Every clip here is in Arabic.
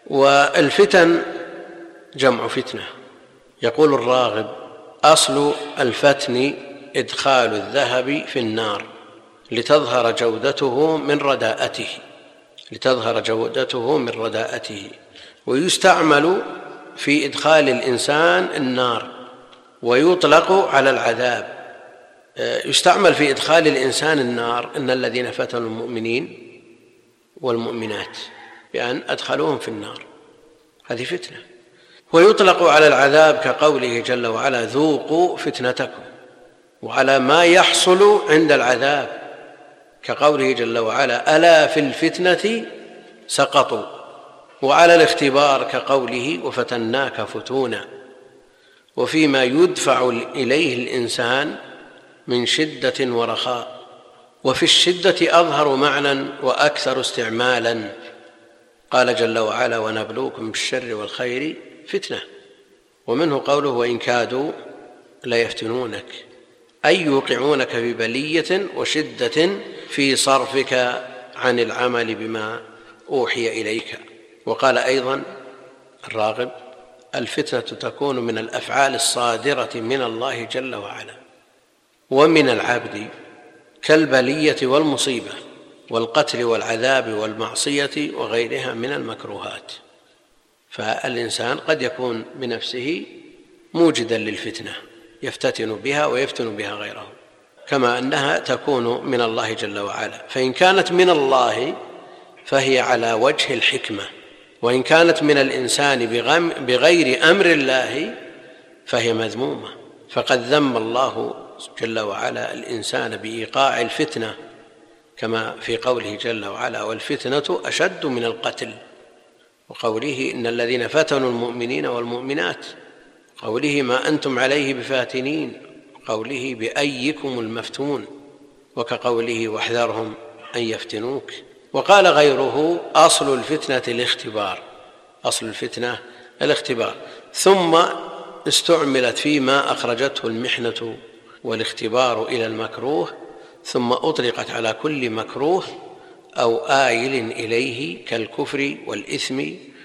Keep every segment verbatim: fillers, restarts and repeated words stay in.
والفتن جمع فتنة. يقول الراغب: أصل الفتن إدخال الذهب في النار لتظهر جودته من رداءته لتظهر جودته من رداءته ويستعمل في إدخال الإنسان النار ويطلق على العذاب. يستعمل في إدخال الإنسان النار إن الذين فتنوا المؤمنين والمؤمنات بأن أدخلوهم في النار، هذه فتنة. ويطلق على العذاب كقوله جل وعلا: ذوقوا فتنتكم، وعلى ما يحصل عند العذاب كقوله جل وعلا: ألا في الفتنة سقطوا. وعلى الاختبار كقوله: وفتناك فتونا. وفيما يدفع إليه الإنسان من شدة ورخاء، وفي الشدة أظهر معنى وأكثر استعمالا. قال جل وعلا: ونبلوكم بالشر والخير فتنة. ومنه قوله: وإن كادوا ليفتنونك، أي يوقعونك في بلية وشدة في صرفك عن العمل بما أوحي إليك. وقال أيضا الراغب: الفتنة تكون من الأفعال الصادرة من الله جل وعلا ومن العبد كالبلية والمصيبة والقتل والعذاب والمعصية وغيرها من المكروهات. فالإنسان قد يكون بنفسه موجدا للفتنة يفتتن بها ويفتن بها غيره، كما أنها تكون من الله جل وعلا. فإن كانت من الله فهي على وجه الحكمة، وإن كانت من الإنسان بغير أمر الله فهي مذمومة. فقد ذم الله جل وعلا الإنسان بإيقاع الفتنة، كما في قوله جل وعلا: والفتنة أشد من القتل، وقوله: إن الذين فتنوا المؤمنين والمؤمنات، قوله: ما أنتم عليه بفاتنين، قوله: بأيكم المفتون، وكقوله: واحذرهم أن يفتنوك. وقال غيره: أصل الفتنة الاختبار أصل الفتنة الاختبار ثم استعملت فيما أخرجته المحنة والاختبار إلى المكروه، ثم أطلقت على كل مكروه أو آيل إليه كالكفر والإثم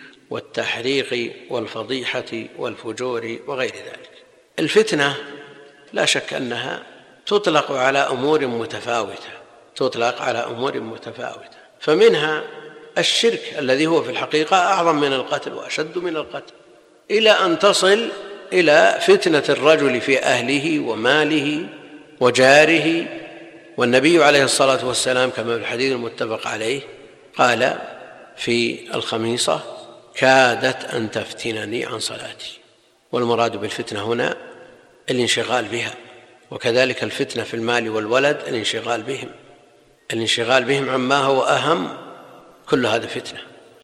والتحريق والفضيحة والفجور وغير ذلك. الفتنة لا شك أنها تطلق على أمور متفاوتة تطلق على أمور متفاوتة فمنها الشرك الذي هو في الحقيقة أعظم من القتل وأشد من القتل، إلى أن تصل إلى فتنة الرجل في أهله وماله وجاره. والنبي عليه الصلاة والسلام كما في الحديث المتفق عليه قال في الخميصة: كادت أن تفتنني عن صلاتي. والمراد بالفتنة هنا الانشغال بها، وكذلك الفتنة في المال والولد الانشغال بهم الانشغال بهم عما هو أهم، كل هذا فتنة.